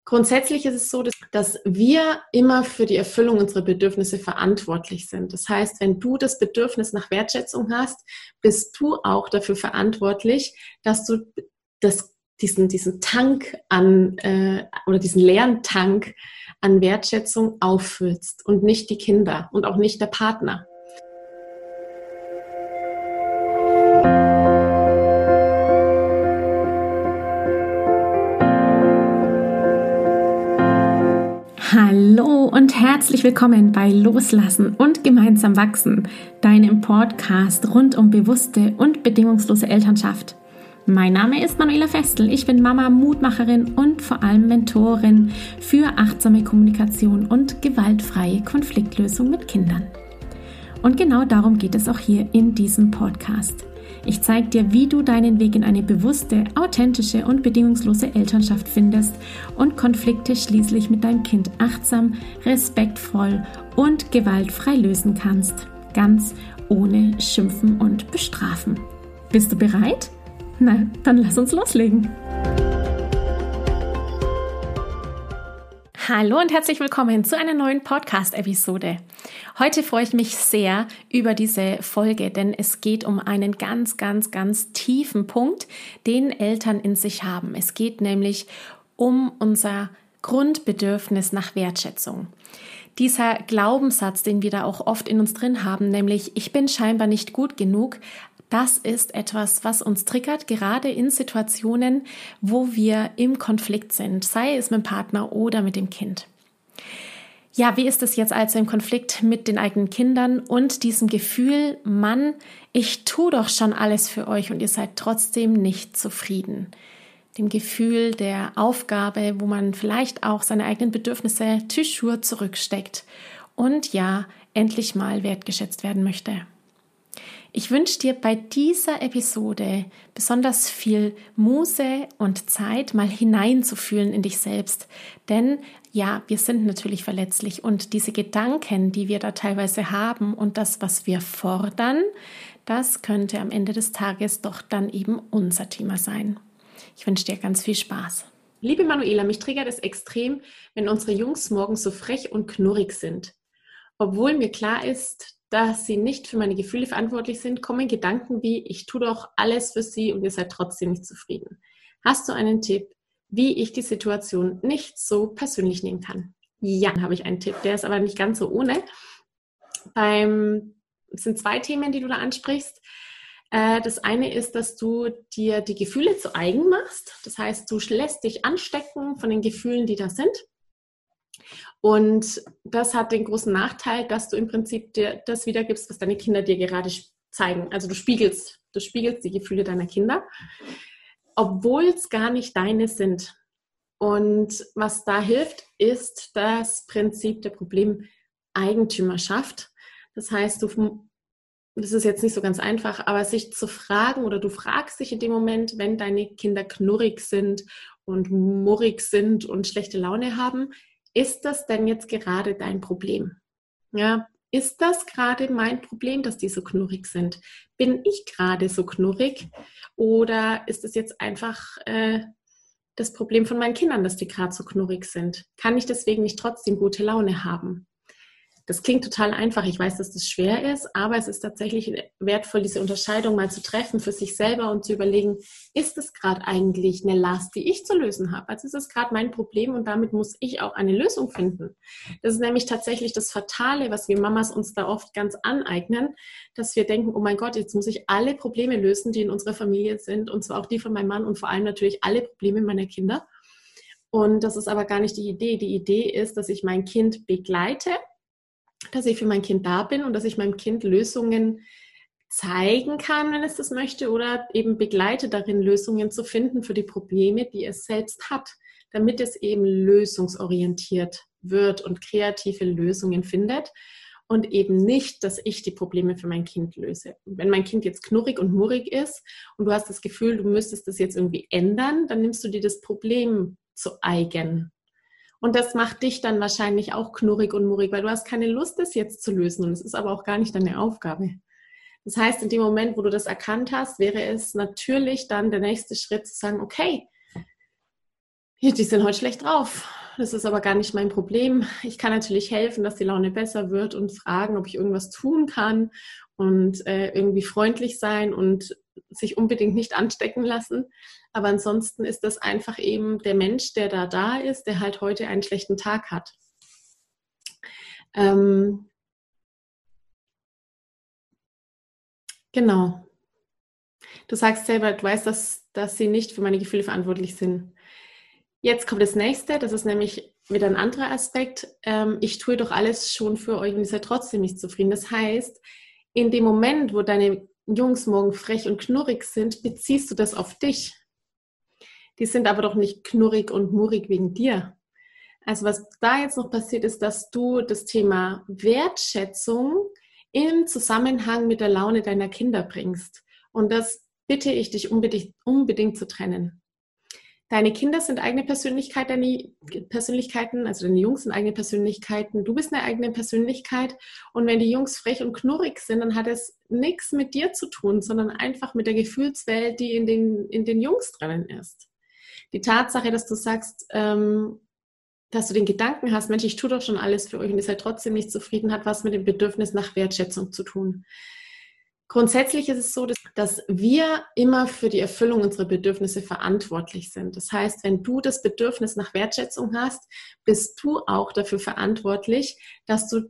Grundsätzlich ist es so, dass wir immer für die Erfüllung unserer Bedürfnisse verantwortlich sind. Das heißt, wenn du das Bedürfnis nach Wertschätzung hast, bist du auch dafür verantwortlich, dass du diesen Tank oder diesen leeren Tank an Wertschätzung auffüllst und nicht die Kinder und auch nicht der Partner. Hallo und herzlich willkommen bei Loslassen und gemeinsam wachsen, deinem Podcast rund um bewusste und bedingungslose Elternschaft. Mein Name ist Manuela Festel, ich bin Mama, Mutmacherin und vor allem Mentorin für achtsame Kommunikation und gewaltfreie Konfliktlösung mit Kindern. Und genau darum geht es auch hier in diesem Podcast. Ich zeige dir, wie du deinen Weg in eine bewusste, authentische und bedingungslose Elternschaft findest und Konflikte schließlich mit deinem Kind achtsam, respektvoll und gewaltfrei lösen kannst. Ganz ohne Schimpfen und Bestrafen. Bist du bereit? Na, dann lass uns loslegen. Hallo und herzlich willkommen zu einer neuen Podcast-Episode. Heute freue ich mich sehr über diese Folge, denn es geht um einen ganz tiefen Punkt, den Eltern in sich haben. Es geht nämlich um unser Grundbedürfnis nach Wertschätzung. Dieser Glaubenssatz, den wir da auch oft in uns drin haben, nämlich ich bin scheinbar nicht gut genug, das ist etwas, was uns triggert, gerade in Situationen, wo wir im Konflikt sind, sei es mit dem Partner oder mit dem Kind. Ja, wie ist es jetzt also im Konflikt mit den eigenen Kindern und diesem Gefühl, Mann, ich tue doch schon alles für euch und ihr seid trotzdem nicht zufrieden. Dem Gefühl der Aufgabe, wo man vielleicht auch seine eigenen Bedürfnisse toujours zurücksteckt und ja, endlich mal wertgeschätzt werden möchte. Ich wünsche dir bei dieser Episode besonders viel Muße und Zeit, mal hineinzufühlen in dich selbst. Denn ja, wir sind natürlich verletzlich und diese Gedanken, die wir da teilweise haben und das, was wir fordern, das könnte am Ende des Tages doch dann eben unser Thema sein. Ich wünsche dir ganz viel Spaß. Liebe Manuela, mich triggert es extrem, wenn unsere Jungs morgens so frech und knurrig sind. Obwohl mir klar ist, dass sie nicht für meine Gefühle verantwortlich sind, kommen Gedanken wie, ich tue doch alles für sie und ihr seid trotzdem nicht zufrieden. Hast du einen Tipp, wie ich die Situation nicht so persönlich nehmen kann? Ja, habe ich einen Tipp, der ist aber nicht ganz so ohne. Es sind zwei Themen, die du da ansprichst. Das eine ist, dass du dir die Gefühle zu eigen machst. Das heißt, du lässt dich anstecken von den Gefühlen, die da sind. Und das hat den großen Nachteil, dass du im Prinzip dir das wiedergibst, was deine Kinder dir gerade zeigen. Also du spiegelst die Gefühle deiner Kinder, obwohl es gar nicht deine sind. Und was da hilft, ist das Prinzip der Problemeigentümerschaft. Das heißt, das ist jetzt nicht so ganz einfach, aber sich zu fragen oder du fragst dich in dem Moment, wenn deine Kinder knurrig sind und murrig sind und schlechte Laune haben, ist das denn jetzt gerade dein Problem? Ja, ist das gerade mein Problem, dass die so knurrig sind? Bin ich gerade so knurrig? Oder ist es jetzt einfach das Problem von meinen Kindern, dass die gerade so knurrig sind? Kann ich deswegen nicht trotzdem gute Laune haben? Das klingt total einfach. Ich weiß, dass das schwer ist, aber es ist tatsächlich wertvoll, diese Unterscheidung mal zu treffen für sich selber und zu überlegen, ist es gerade eigentlich eine Last, die ich zu lösen habe? Also ist es gerade mein Problem und damit muss ich auch eine Lösung finden. Das ist nämlich tatsächlich das Fatale, was wir Mamas uns da oft ganz aneignen, dass wir denken, oh mein Gott, jetzt muss ich alle Probleme lösen, die in unserer Familie sind, und zwar auch die von meinem Mann und vor allem natürlich alle Probleme meiner Kinder. Und das ist aber gar nicht die Idee. Die Idee ist, dass ich mein Kind begleite, dass ich für mein Kind da bin und dass ich meinem Kind Lösungen zeigen kann, wenn es das möchte, oder eben begleite darin, Lösungen zu finden für die Probleme, die es selbst hat, damit es eben lösungsorientiert wird und kreative Lösungen findet und eben nicht, dass ich die Probleme für mein Kind löse. Und wenn mein Kind jetzt knurrig und murrig ist und du hast das Gefühl, du müsstest das jetzt irgendwie ändern, dann nimmst du dir das Problem zu eigen. Und das macht dich dann wahrscheinlich auch knurrig und murrig, weil du hast keine Lust, das jetzt zu lösen. Und es ist aber auch gar nicht deine Aufgabe. Das heißt, in dem Moment, wo du das erkannt hast, wäre es natürlich dann der nächste Schritt zu sagen, okay, die sind heute schlecht drauf. Das ist aber gar nicht mein Problem. Ich kann natürlich helfen, dass die Laune besser wird und fragen, ob ich irgendwas tun kann und irgendwie freundlich sein und sich unbedingt nicht anstecken lassen. Aber ansonsten ist das einfach eben der Mensch, der da ist, der halt heute einen schlechten Tag hat. Genau. Du sagst selber, du weißt, dass sie nicht für meine Gefühle verantwortlich sind. Jetzt kommt das Nächste, das ist nämlich wieder ein anderer Aspekt. Ich tue doch alles schon für euch und ihr seid trotzdem nicht zufrieden. Das heißt, in dem Moment, wo deine Jungs morgen frech und knurrig sind, beziehst du das auf dich. Die sind aber doch nicht knurrig und murrig wegen dir. Also was da jetzt noch passiert ist, dass du das Thema Wertschätzung im Zusammenhang mit der Laune deiner Kinder bringst. Und das bitte ich dich unbedingt zu trennen. Deine Kinder sind eigene Persönlichkeiten, also deine Jungs sind eigene Persönlichkeiten, du bist eine eigene Persönlichkeit und wenn die Jungs frech und knurrig sind, dann hat es nichts mit dir zu tun, sondern einfach mit der Gefühlswelt, die in den Jungs drinnen ist. Die Tatsache, dass du sagst, dass du den Gedanken hast, Mensch, ich tue doch schon alles für euch und ihr seid trotzdem nicht zufrieden, hat was mit dem Bedürfnis nach Wertschätzung zu tun. Grundsätzlich ist es so, dass wir immer für die Erfüllung unserer Bedürfnisse verantwortlich sind. Das heißt, wenn du das Bedürfnis nach Wertschätzung hast, bist du auch dafür verantwortlich, dass du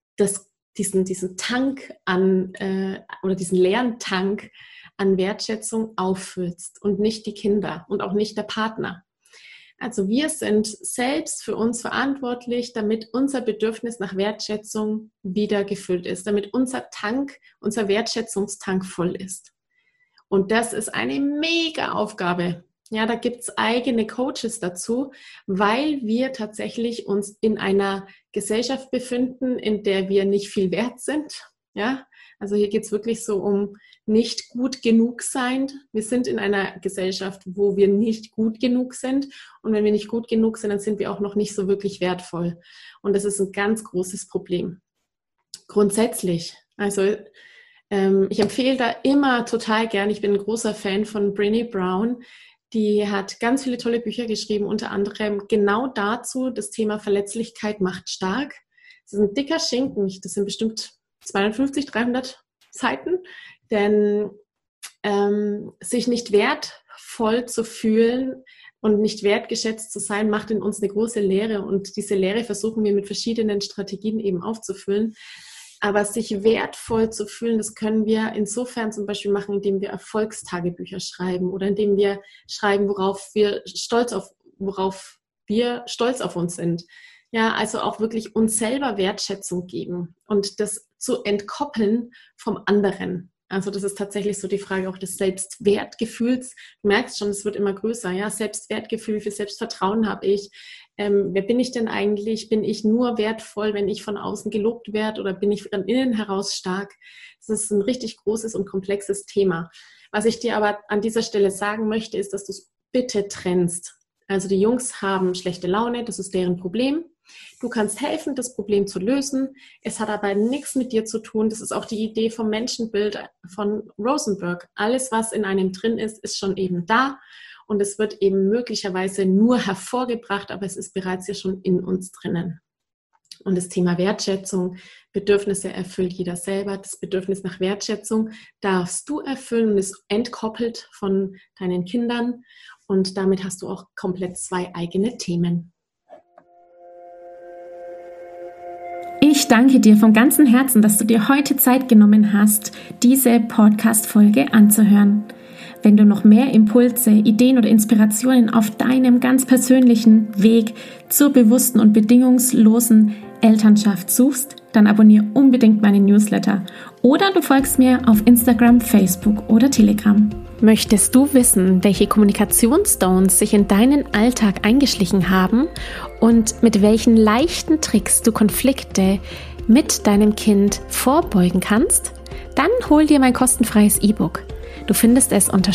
diesen Tank oder diesen leeren Tank an Wertschätzung auffüllst und nicht die Kinder und auch nicht der Partner. Also wir sind selbst für uns verantwortlich, damit unser Bedürfnis nach Wertschätzung wieder gefüllt ist, damit unser Wertschätzungstank voll ist. Und das ist eine mega Aufgabe. Ja, da gibt es eigene Coaches dazu, weil wir tatsächlich uns in einer Gesellschaft befinden, in der wir nicht viel wert sind. Ja, also hier geht es wirklich so um nicht gut genug sein. Wir sind in einer Gesellschaft, wo wir nicht gut genug sind. Und wenn wir nicht gut genug sind, dann sind wir auch noch nicht so wirklich wertvoll. Und das ist ein ganz großes Problem. Grundsätzlich, also ich empfehle da immer total gern, ich bin ein großer Fan von Brené Brown. Die hat ganz viele tolle Bücher geschrieben, unter anderem genau dazu, das Thema Verletzlichkeit macht stark. Das ist ein dicker Schinken, das sind bestimmt 250, 300 Seiten. Denn sich nicht wertvoll zu fühlen und nicht wertgeschätzt zu sein, macht in uns eine große Leere. Und diese Leere versuchen wir mit verschiedenen Strategien eben aufzufüllen. Aber sich wertvoll zu fühlen, das können wir insofern zum Beispiel machen, indem wir Erfolgstagebücher schreiben oder indem wir schreiben, worauf wir stolz auf uns sind. Ja, also auch wirklich uns selber Wertschätzung geben und das zu entkoppeln vom anderen. Also das ist tatsächlich so die Frage auch des Selbstwertgefühls. Du merkst schon, es wird immer größer. Ja? Selbstwertgefühl, wie viel Selbstvertrauen habe ich? Wer bin ich denn eigentlich? Bin ich nur wertvoll, wenn ich von außen gelobt werde oder bin ich von innen heraus stark? Das ist ein richtig großes und komplexes Thema. Was ich dir aber an dieser Stelle sagen möchte, ist, dass du es bitte trennst. Also die Jungs haben schlechte Laune, das ist deren Problem. Du kannst helfen, das Problem zu lösen. Es hat aber nichts mit dir zu tun. Das ist auch die Idee vom Menschenbild von Rosenberg. Alles, was in einem drin ist, ist schon eben da. Und es wird eben möglicherweise nur hervorgebracht, aber es ist bereits ja schon in uns drinnen. Und das Thema Wertschätzung, Bedürfnisse erfüllt jeder selber. Das Bedürfnis nach Wertschätzung darfst du erfüllen und ist entkoppelt von deinen Kindern. Und damit hast du auch komplett 2 eigene Themen. Ich danke dir von ganzem Herzen, dass du dir heute Zeit genommen hast, diese Podcast-Folge anzuhören. Wenn du noch mehr Impulse, Ideen oder Inspirationen auf deinem ganz persönlichen Weg zur bewussten und bedingungslosen Elternschaft suchst, dann abonniere unbedingt meinen Newsletter oder du folgst mir auf Instagram, Facebook oder Telegram. Möchtest du wissen, welche Kommunikationsstones sich in deinen Alltag eingeschlichen haben und mit welchen leichten Tricks du Konflikte mit deinem Kind vorbeugen kannst? Dann hol dir mein kostenfreies E-Book. Du findest es unter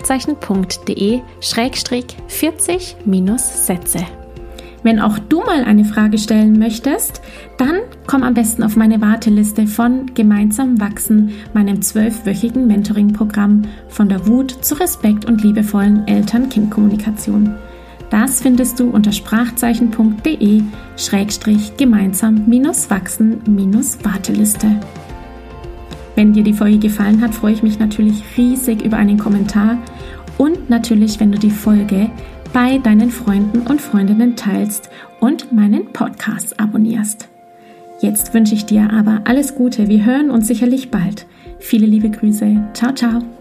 sprachzeichen.de/40-Sätze. Wenn auch du mal eine Frage stellen möchtest, dann komm am besten auf meine Warteliste von Gemeinsam wachsen, meinem 12-wöchigen Mentoring-Programm von der Wut zu Respekt und liebevollen Eltern-Kind-Kommunikation. Das findest du unter sprachzeichen.de/gemeinsam-wachsen-warteliste. Wenn dir die Folge gefallen hat, freue ich mich natürlich riesig über einen Kommentar und natürlich, wenn du die Folge bei deinen Freunden und Freundinnen teilst und meinen Podcast abonnierst. Jetzt wünsche ich dir aber alles Gute. Wir hören uns sicherlich bald. Viele liebe Grüße. Ciao, ciao.